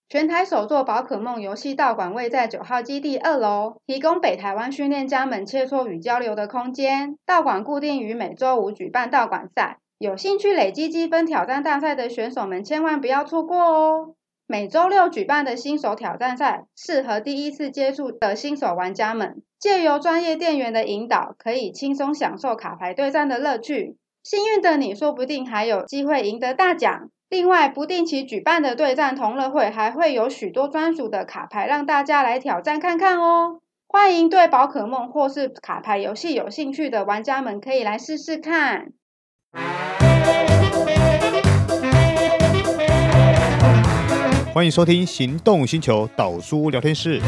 全台首座宝可梦游戏道馆位在9号基地2楼，提供北台湾训练家们切磋与交流的空间。道馆固定于每周5举办道馆赛，有兴趣累积积分挑战大赛的选手们千万不要错过哦。每周6举办的新手挑战赛，适合第一次接触的新手玩家们，借由专业店员的引导，可以轻松享受卡牌对战的乐趣。幸运的你说不定还有机会赢得大奖。另外，不定期举办的对战同乐会还会有许多专属的卡牌让大家来挑战看看哦。欢迎对宝可梦或是卡牌游戏有兴趣的玩家们可以来试试看。 欢迎收听行动星球导书聊天室。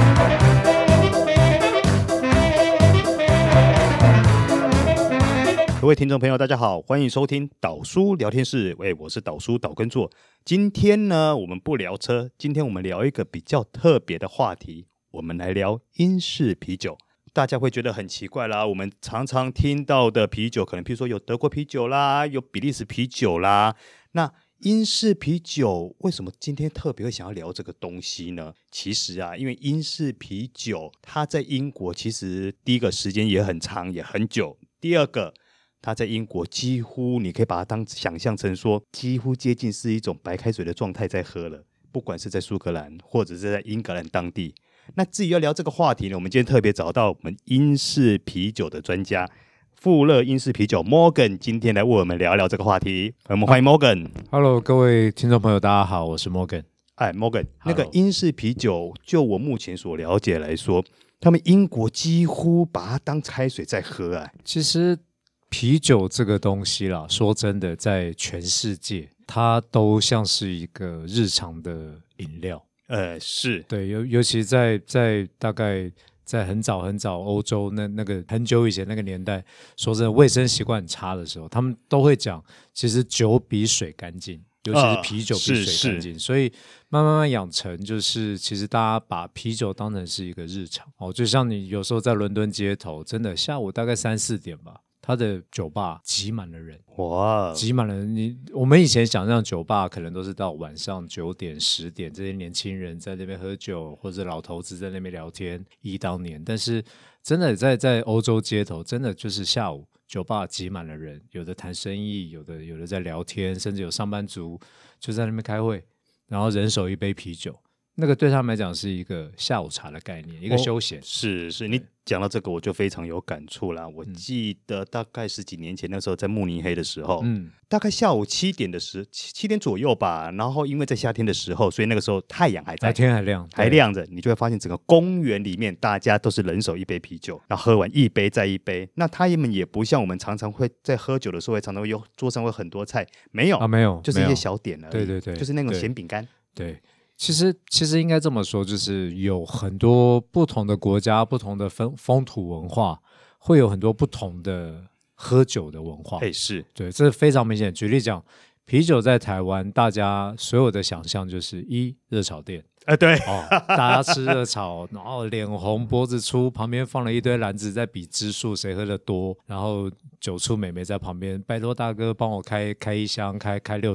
各位听众朋友大家好，欢迎收听导书聊天室。我是导书导根座。今天呢我们不聊车，今天我们聊一个比较特别的话题，我们来聊英式啤酒。大家会觉得很奇怪啦，我们常常听到的啤酒可能譬如说有德国啤酒啦，有比利时啤酒啦，那英式啤酒为什么今天特别会想要聊这个东西呢？其实啊，因为英式啤酒它在英国其实第一个时间也很长也很久，第二个它在英国几乎你可以把它想象成说几乎接近是一种白开水的状态在喝了，不管是在苏格兰或者是在英格兰当地。那至于要聊这个话题呢，我们今天特别找到我们英式啤酒的专家富乐英式啤酒 Morgan 今天来为我们聊聊这个话题。我们欢迎 Morgan。Hello， 各位听众朋友大家好，我是 Morgan。 Morgan， 那个英式啤酒就我目前所了解来说，他们英国几乎把它当开水在喝啊。 其实啤酒这个东西啦，说真的在全世界它都像是一个日常的饮料。 是对，尤其在大概在很早欧洲那个很久以前那个年代，说真的卫生习惯很差的时候，他们都会讲其实酒比水干净，尤其是啤酒比水干净，所以慢慢养成就是其实大家把啤酒当成是一个日常就像你有时候在伦敦街头，真的下午大概3-4点吧，他的酒吧挤满了人，哇，挤满了人。我们以前想象酒吧可能都是到晚上9点10点，这些年轻人在那边喝酒，或者老头子在那边聊天忆当年。但是真的在欧洲街头，真的就是下午酒吧挤满了人，有的谈生意，有的在聊天，甚至有上班族就在那边开会，然后人手一杯啤酒，那个对他们来讲是一个下午茶的概念，一个休闲。 是你讲到这个我就非常有感触啦。我记得大概10几年前那时候在慕尼黑的时候，大概下午7点左右吧，然后因为在夏天的时候，所以那个时候太阳还在， 天还亮着，你就会发现整个公园里面大家都是人手一杯啤酒，然后喝完一杯再一杯。那他们也不像我们常常会在喝酒的时候会常常会有桌上会很多菜，没有就是一些小点而已。 对， 就是那种咸饼干。 对，其实应该这么说，就是有很多不同的国家不同的风土文化，会有很多不同的喝酒的文化。 是对，这是非常明显。举例讲，啤酒在台湾大家所有的想象就是热炒店， 对大家吃热炒，然后脸红脖子粗，旁边放了一堆篮子在比支数谁喝的多，然后酒醋妹妹在旁边，拜托大哥帮我开一箱，开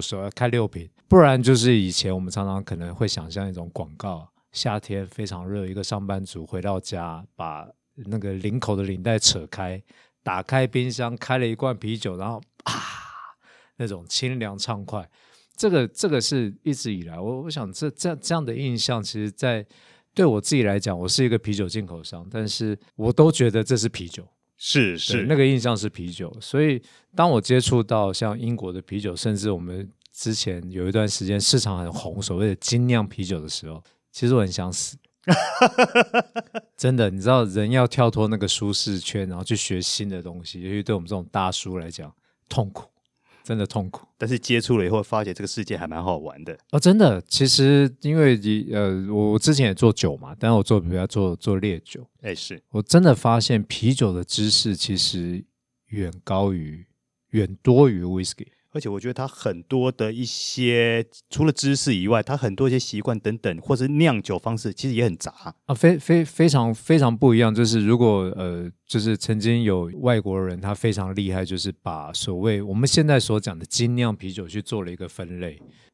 6瓶。不然就是以前我们常常可能会想象一种广告，夏天非常热，一个上班族回到家把那个领口的领带扯开，打开冰箱开了一罐啤酒，然后那种清凉畅快。这个是一直以来我想这样的印象，其实在对我自己来讲，我是一个啤酒进口商，但是我都觉得这是啤酒， 是那个印象是啤酒。所以当我接触到像英国的啤酒，甚至我们之前有一段时间市场很红所谓的精酿啤酒的时候，其实我很想死真的，你知道人要跳脱那个舒适圈，然后去学新的东西，尤其对我们这种大叔来讲痛苦，真的痛苦。 但是接触了以后发觉这个世界还蛮好玩的真的。其实因为我之前也做酒嘛，但是我比较做烈酒。 是我真的发现啤酒的知识其实远多于 whisky。 而且我觉得它很多的一些除了知识以外，它很多一些习惯等等，或是酿酒方式其实也很杂非常非常不一样。就是如果就是曾经有外国人他非常厉害，就是把所谓我们现在所讲的精酿啤酒去做了一个分类。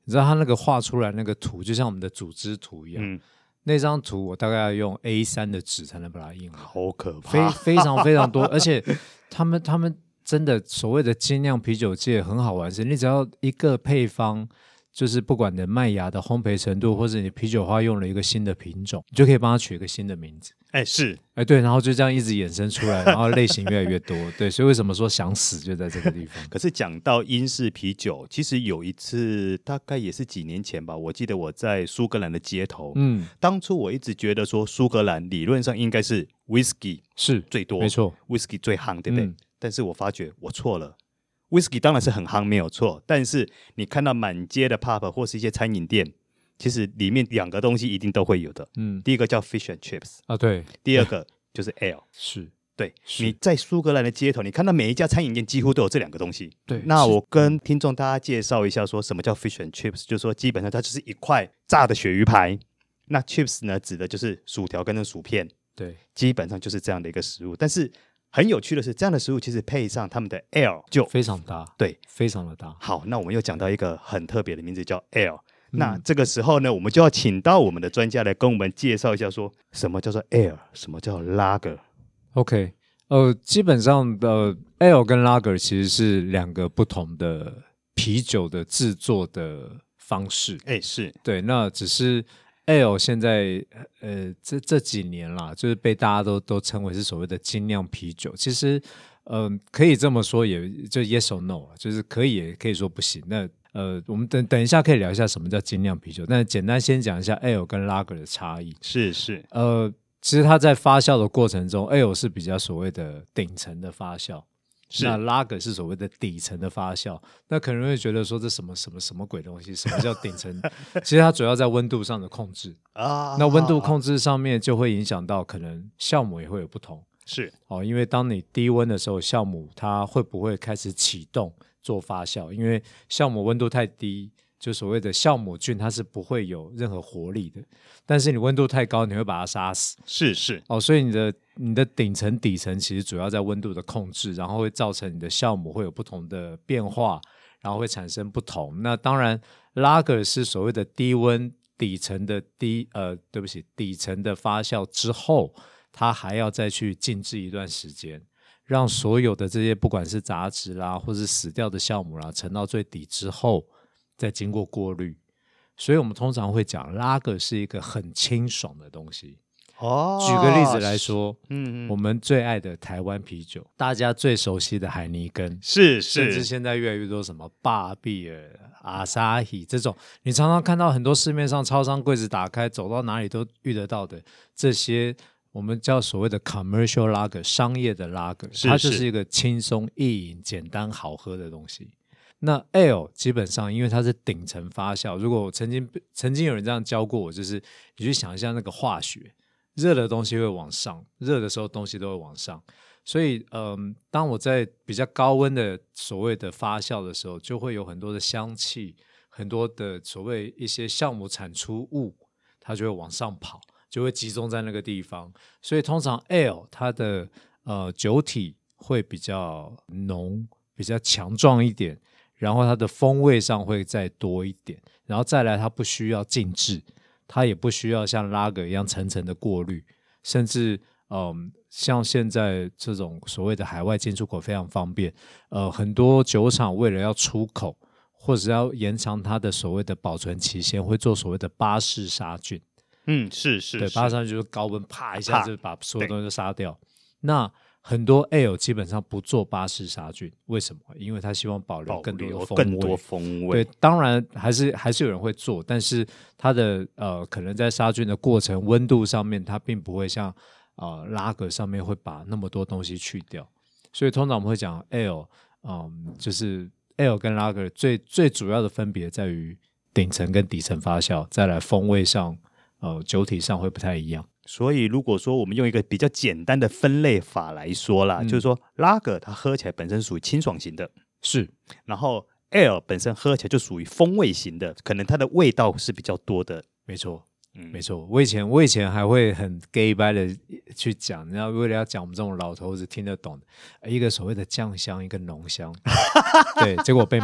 你知道它那个画出来那个图，就像我们的组织图一样。那张图我大概要用 A3 的纸才能把它印完， 好可怕， 非常非常多，而且他们真的所谓的精酿啤酒界很好玩，是你只要一个配方。就是不管你的麦芽的烘焙程度，或者你啤酒花用了一个新的品种，你就可以帮它取一个新的名字。 是， 对，然后就这样一直衍生出来，然后类型越来越多。对，所以为什么说想死就在这个地方？ 可是讲到英式啤酒，其实有一次大概也是几年前吧，我记得我在苏格兰的街头，当初我一直觉得说苏格兰理论上应该是 whisky 是最多， 没错 ，whisky 最夯，对不对？但是我发觉我错了。Whisky 当然是很夯没有错，但是你看到满街的 pub 或是一些餐饮店，其实里面2个东西一定都会有的。第一个叫 fish and chips 啊，对。 第二个就是 ale， 是， 对。你在苏格兰的街头，你看到每一家餐饮店几乎都有这2个东西。 对。 那我跟听众大家介绍一下，说什么叫 fish and chips， 就是说基本上它就是一块炸的鳕鱼排。那 chips 呢，指的就是薯条跟那薯片。 对， 基本上就是这样的一个食物，但是。很有趣的是，这样的食物其实配上他们的 ale 就非常搭， 对， 非常的搭。 好，那我们又讲到一个很特别的名字叫 ale。那这个时候呢，我们就要请到我们的专家来跟我们介绍一下，说什么叫做 ale， 什么叫 lager。OK， 基本上的 ale 跟 lager 其实是2个不同的啤酒的制作的方式。 是对，那只是。ale 现在这几年啦，就是被大家都称为是所谓的精酿啤酒。其实可以这么说，也就 yes or no， 就是可以也可以说不行。那我们等一下可以聊一下什么叫精酿啤酒，但简单先讲一下 ale 跟 lager 的差异。 是其实它在发酵的过程中 ale 是比较所谓的顶层的发酵。那 lager 是所谓的底层的发酵，那可能会觉得说这什么鬼东西？什么叫顶层？其实它主要在温度上的控制啊。那温度控制上面就会影响到可能酵母也会有不同。 是因为当你低温的时候，酵母它会不会开始启动做发酵？因为酵母温度太低，就所谓的酵母菌它是不会有任何活力的。但是你温度太高，你会把它杀死。 是所以你的顶层底层其实主要在温度的控制，然后会造成你的酵母会有不同的变化，然后会产生不同。那当然 lager 是所谓的低温底层的底层的发酵之后，它还要再去静置一段时间，让所有的这些不管是杂质啦或是死掉的酵母啦沉到最底之后，再经过过滤。所以我们通常会讲 lager 是一个很清爽的东西。举个例子来说，我们最爱的台湾啤酒，大家最熟悉的海尼根， 甚至现在越来越多什么巴比尔、阿萨希这种，你常常看到很多市面上超商柜子打开，走到哪里都遇得到的这些，我们叫所谓的 commercial lager， 商业的 lager， 它就是一个轻松易饮、简单好喝的东西。那 ale 基本上因为它是顶层发酵，如果曾经有人这样教过我，就是你去想一下那个化学，热的东西会往上，热的时候东西都会往上，所以当我在比较高温的所谓的发酵的时候，就会有很多的香气，很多的所谓一些酵母产出物，它就会往上跑，就会集中在那个地方。所以通常 ale 它的酒体会比较浓，比较强壮一点，然后它的风味上会再多一点，然后再来它不需要静置，它也不需要像拉格一样层层的过滤，甚至像现在这种所谓的海外进出口非常方便，很多酒厂为了要出口或者要延长它的所谓的保存期限，会做所谓的巴氏杀菌。 是对，巴氏杀菌就是高温啪一下就把所有东西都杀掉。那很多 ale 基本上不做巴氏杀菌，为什么？因为他希望保留更多风味。对，当然还是有人会做，但是它的可能在杀菌的过程温度上面，它并不会像拉格上面会把那么多东西去掉。所以通常我们会讲 ale，就是 ale 跟拉格最主要的分别在于顶层跟底层发酵，再来风味上酒体上会不太一样。 所以如果说我们用一个比较简单的分类法来说啦，就是说拉格它喝起来本身属于清爽型的， 是， 然后 ale 本身喝起来就属于风味型的，可能它的味道是比较多的。 没错，没错。我以前还会很 gay 掰的去讲，然后为了要讲我们这种老头子听得懂的，一个所谓的酱香，一个浓香，对，结果被骂。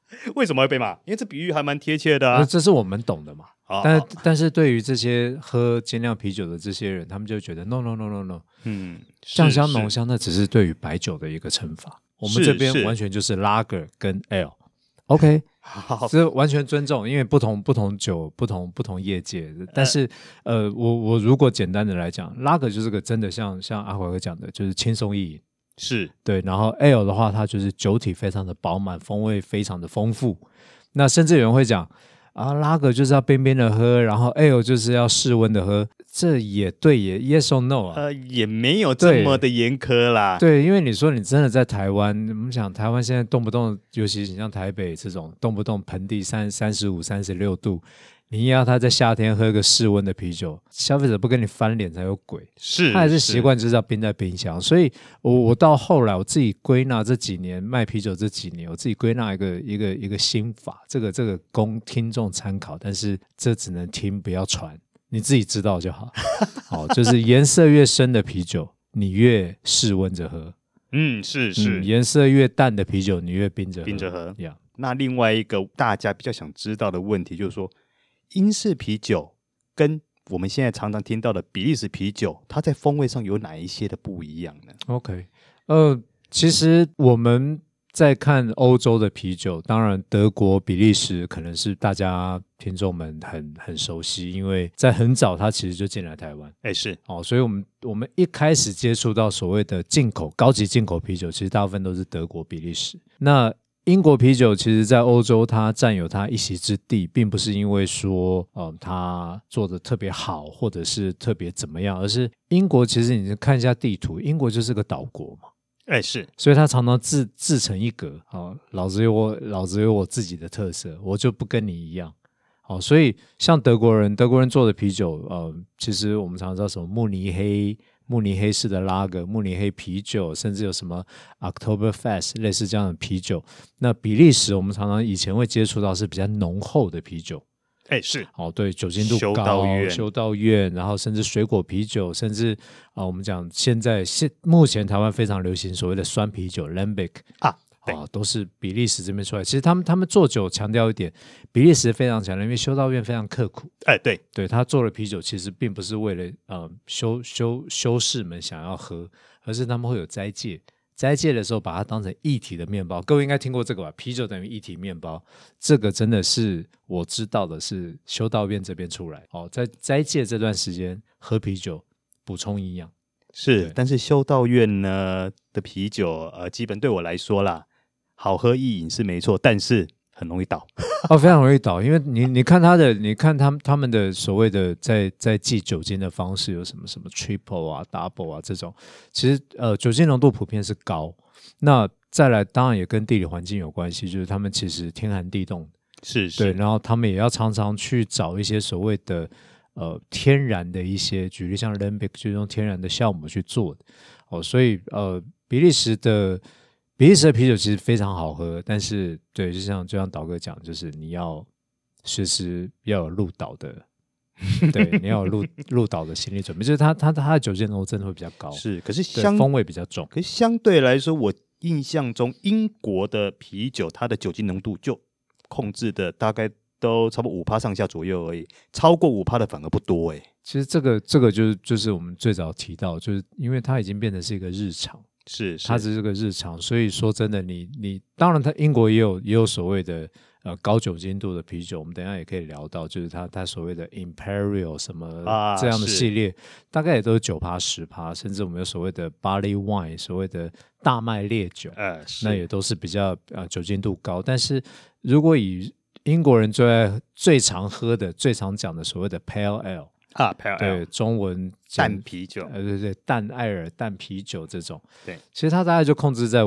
为什么会被骂？因为这比喻还蛮贴切的啊。 这是我们懂的嘛。 哦但是对于这些喝精酿啤酒的这些人，他们就觉得 no， 酱香浓香那只是对于白酒的一个称法，我们这边完全就是 Lager 跟 Ale。OK， 这完全尊重，因为不同酒、不同业界。但是我如果简单的来讲，Lager 就是个真的像阿怀哥讲的，就是轻松易饮。 是对，然后 Ale 的话，它就是酒体非常的饱满，风味非常的丰富。那甚至有人会讲啊，拉格就是要边边的喝，然后 Ale 就是要室温的喝，这也对，也 yes or no 啊？ 也没有这么的严苛啦。 对，因为你说你真的在台湾，我们想台湾现在动不动，尤其是像台北这种，动不动盆地35、36度。你要他在夏天喝个室温的啤酒，消费者不跟你翻脸才有鬼。 是， 他还是习惯就是要冰在冰箱。所以我到后来我自己归纳这几年卖啤酒这几年，我自己归纳一个心法，这个供听众参考，但是这只能听不要传，你自己知道就好。好，就是颜色越深的啤酒，你越室温着喝。 是颜色越淡的啤酒，你越冰着喝。 Yeah. 那另外一个大家比较想知道的问题就是说，英式啤酒跟我们现在常常听到的比利时啤酒，它在风味上有哪一些的不一样呢？ OK， 其实我们在看欧洲的啤酒，当然德国、比利时可能是大家听众们很熟悉，因为在很早它其实就进来台湾。 是所以我们一开始接触到所谓的进口高级进口啤酒，其实大部分都是德国、比利时。那英国啤酒其实在欧洲它占有它一席之地，并不是因为说它做的特别好或者是特别怎么样，而是英国其实你看一下地图，英国就是个岛国嘛， 是， 所以它常常自成一格。老子有我自己的特色，我就不跟你一样。所以像德国人做的啤酒，其实我们常常知道什么慕尼黑式的拉格、慕尼黑啤酒，甚至有什么 Oktoberfest 类似这样的啤酒。那比利时我们常常以前会接触到是比较浓厚的啤酒。 是对，酒精度高，修道院，然后甚至水果啤酒，甚至我们讲目前台湾非常流行所谓的酸啤酒 Lambic 都是比利时这边出来。其实他们做酒强调一点，比利时非常强调，因为修道院非常刻苦。对，他做的啤酒其实并不是为了修士们想要喝，而是他们会有斋戒。斋戒的时候把它当成一体的面包，各位应该听过这个吧？啤酒等于一体面包，这个真的是我知道的是修道院这边出来。在斋戒这段时间喝啤酒补充营养。 是，但是修道院呢的啤酒基本对我来说啦，好喝易饮是没错，但是很容易倒。 非常容易倒，因为你看他们的所谓的在计酒精的方式有什么 triple 啊 double 啊这种，其实酒精浓度普遍是高。那再来当然也跟地理环境有关系，就是他们其实天寒地冻， 是对，然后他们也要常常去找一些所谓的天然的一些，举例像 Lambic 就是用天然的酵母去做的。所以比利时的啤酒其实非常好喝，但是对，就像导哥讲，就是你要随时要有入岛的，对，你要有入岛的心理准备，就是它的酒精浓度真的会比较高， 是，可是风味比较重。 可是相对来说，我印象中英国的啤酒它的酒精浓度就控制的大概都差不多 5% 上下左右而已，超过 5% 的反而不多。 其实这个就是我们最早提到，就是因为它已经变成是一个日常。 是它只是个日常，所以说真的你当然它英国也有所谓的高酒精度的啤酒，我们等一下也可以聊到，就是它所谓的 Imperial 什么这样的系列，大概也都是 9%、10%，甚至我们有所谓的 Barley Wine 所谓的大麦烈酒，那也都是比较酒精度高。但是如果以英国人最常喝的、最常讲的所谓的 Pale Ale。对，中文淡啤酒， 对，淡艾尔、淡啤酒这种， 对， 其实它大概就控制在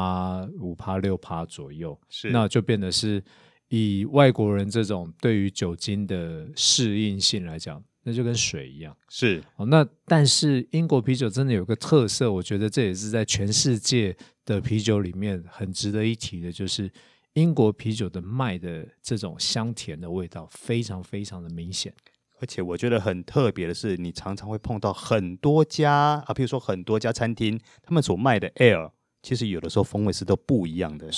5%、6%左右， 是， 那就变得是以外国人这种对于酒精的适应性来讲，那就跟水一样， 是。 那但是英国啤酒真的有个特色，我觉得这也是在全世界的啤酒里面很值得一提的，就是英国啤酒的麦的这种香甜的味道非常非常的明显。 而且我觉得很特别的是，你常常会碰到很多家譬如说很多家餐厅，他们所卖的 ale， 其实有的时候风味是都不一样的。 是，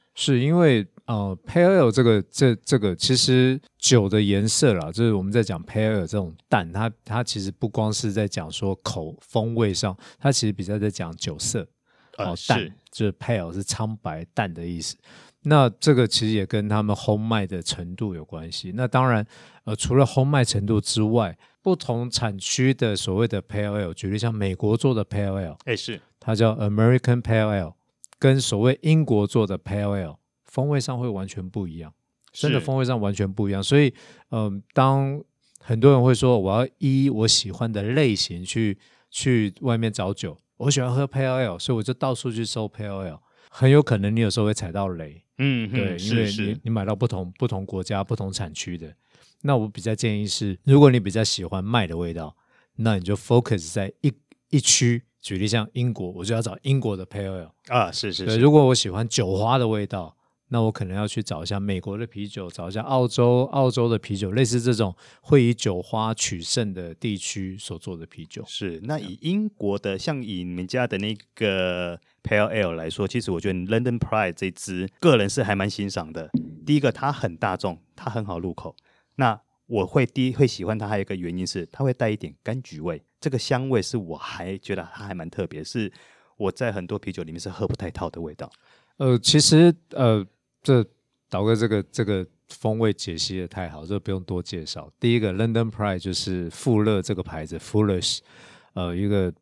是因为Pale Ale 这个其实酒的颜色啦，就是我们在讲 Pale Ale 这种淡，它其实不光是在讲说风味上，它其实比较在讲酒色。淡就是 Pale 是苍白淡的意思。那这个其实也跟他们烘麦的程度有关系。那当然除了烘麦程度之外，不同产区的所谓的 Pale Ale， 举例像美国做的 Pale Ale， 是它叫 American Pale Ale， 跟所谓英国做的 Pale Ale 风味上会完全不一样，真的风味上完全不一样。所以当很多人会说我要依我喜欢的类型去外面找酒，我喜欢喝 Pale Ale， 所以我就到处去搜 Pale Ale， 很有可能你有时候会踩到雷。对，因为你买到不同国家不同产区的。那我比较建议是，如果你比较喜欢麦的味道，那你就 focus 在一区，举例像英国，我就要找英国的 Pale Ale。对，如果我喜欢酒花的味道，那我可能要去找一下美国的啤酒，找一下澳洲的啤酒，类似这种会以酒花取胜的地区所做的啤酒。 是，那以英国的，像以你们家的那个 Pale Ale 来说，其实我觉得 London Pride 这支个人是还蛮欣赏的。第一个，它很大众，它很好入口。那我会喜欢它，还有一个原因是它会带一点柑橘味，这个香味是我还觉得它还蛮特别，是我在很多啤酒里面是喝不太到的味道。 其实这导哥这个风味解析的太好，这不用多介绍。第一个 London Pride 就是富勒这个牌子 Fuller's， 一个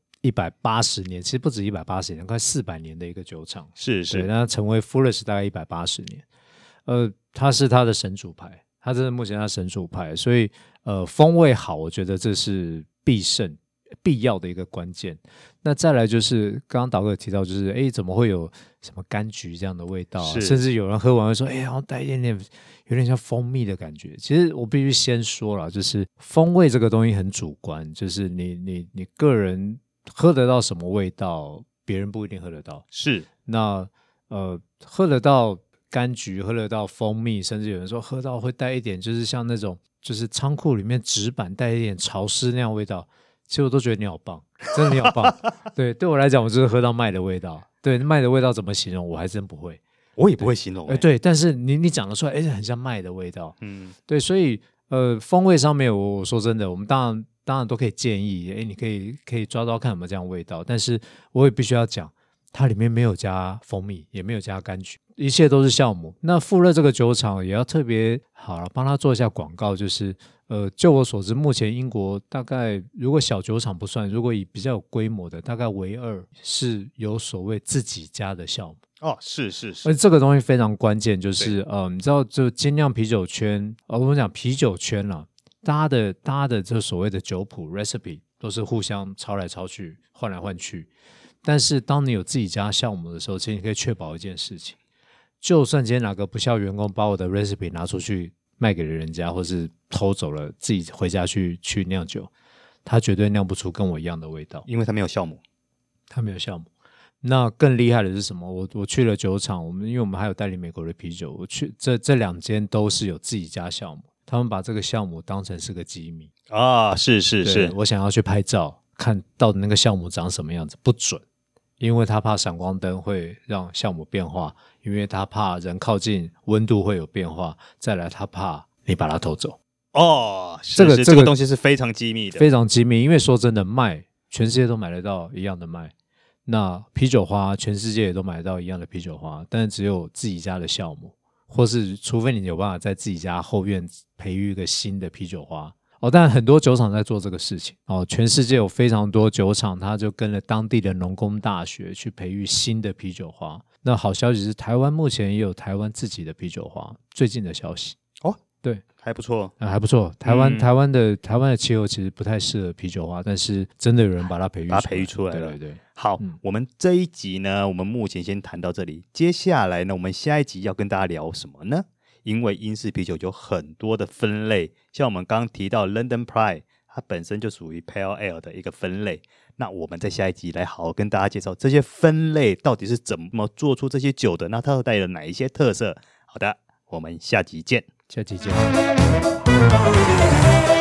180年，其实不止180年，快400年的一个酒厂。 是， 对，那成为 Fuller's 大概180年。它是它的神主牌，它这是目前它神主牌，所以风味好，我觉得这是必要的一个关键。那再来就是刚刚导哥有提到，就是怎么会有什么柑橘这样的味道啊？甚至有人喝完会说好像带一点点有点像蜂蜜的感觉。其实我必须先说了，就是风味这个东西很主观，就是你个人喝得到什么味道，别人不一定喝得到。 是， 那喝得到柑橘，喝得到蜂蜜，甚至有人说喝到会带一点就是像那种就是仓库里面纸板带一点潮湿那样味道。其实我都觉得你好棒，真的你好棒。对我来讲，我就是喝到麦的味道。对，麦的味道怎么形容，我还真不会， 我也不会形容。 对，但是你讲得出来，很像麦的味道。对，所以风味上面，我说真的，我们当然都可以建议，你可以抓看有没有这样的味道，但是我也必须要讲，它里面没有加蜂蜜，也没有加柑橘，一切都是酵母。那富勒这个酒厂也要特别好了，帮他做一下广告，就是就我所知，目前英国大概如果小酒厂不算，如果以比较有规模的，大概唯2是有所谓自己家的酵母。 是， 而这个东西非常关键，就是你知道，就精酿啤酒圈，我们讲啤酒圈啦，大家的这所谓的酒谱 recipe 都是互相抄来抄去，换来换去。但是当你有自己家酵母的时候，其实你可以确保一件事情，就算今天哪个不肖员工把我的 recipe 拿出去卖给了人家，或是偷走了自己回家去酿酒，他绝对酿不出跟我一样的味道， 因为他没有酵母。 那更厉害的是什么？我去了酒厂，因为我们还有代理美国的啤酒，我去这2间都是有自己家酵母，他们把这个酵母当成是个机密。 是， 我想要去拍照看到底那个酵母长什么样子，不准，因为他怕闪光灯会让酵母变化，因为他怕人靠近温度会有变化，再来他怕你把它偷走。这个东西是非常机密的， 非常机密。因为说真的，麦全世界都买得到一样的麦，那啤酒花全世界也都买得到一样的啤酒花，但是只有自己家的酵母，或是除非你有办法在自己家后院培育一个新的啤酒花。当然很多酒厂在做这个事情。全世界有非常多酒厂，他就跟了当地的农工大学去培育新的啤酒花。那好消息是，台湾目前也有台湾自己的啤酒花，最近的消息。对， 还不错， 还不错。台湾的气候其实不太适合啤酒花，但是真的有人把它培育出来了。对。 好，我们这一集呢，我们目前先谈到这里。接下来呢，我们下一集要跟大家聊什么呢？因为英式啤酒有很多的分类，像我们刚刚提到 London Pride， 它本身就属于 Pale Ale 的一个分类。那我们在下一集来好好跟大家介绍这些分类到底是怎么做出这些酒的，那它带有哪一些特色。好的，我们下集见。 下集见。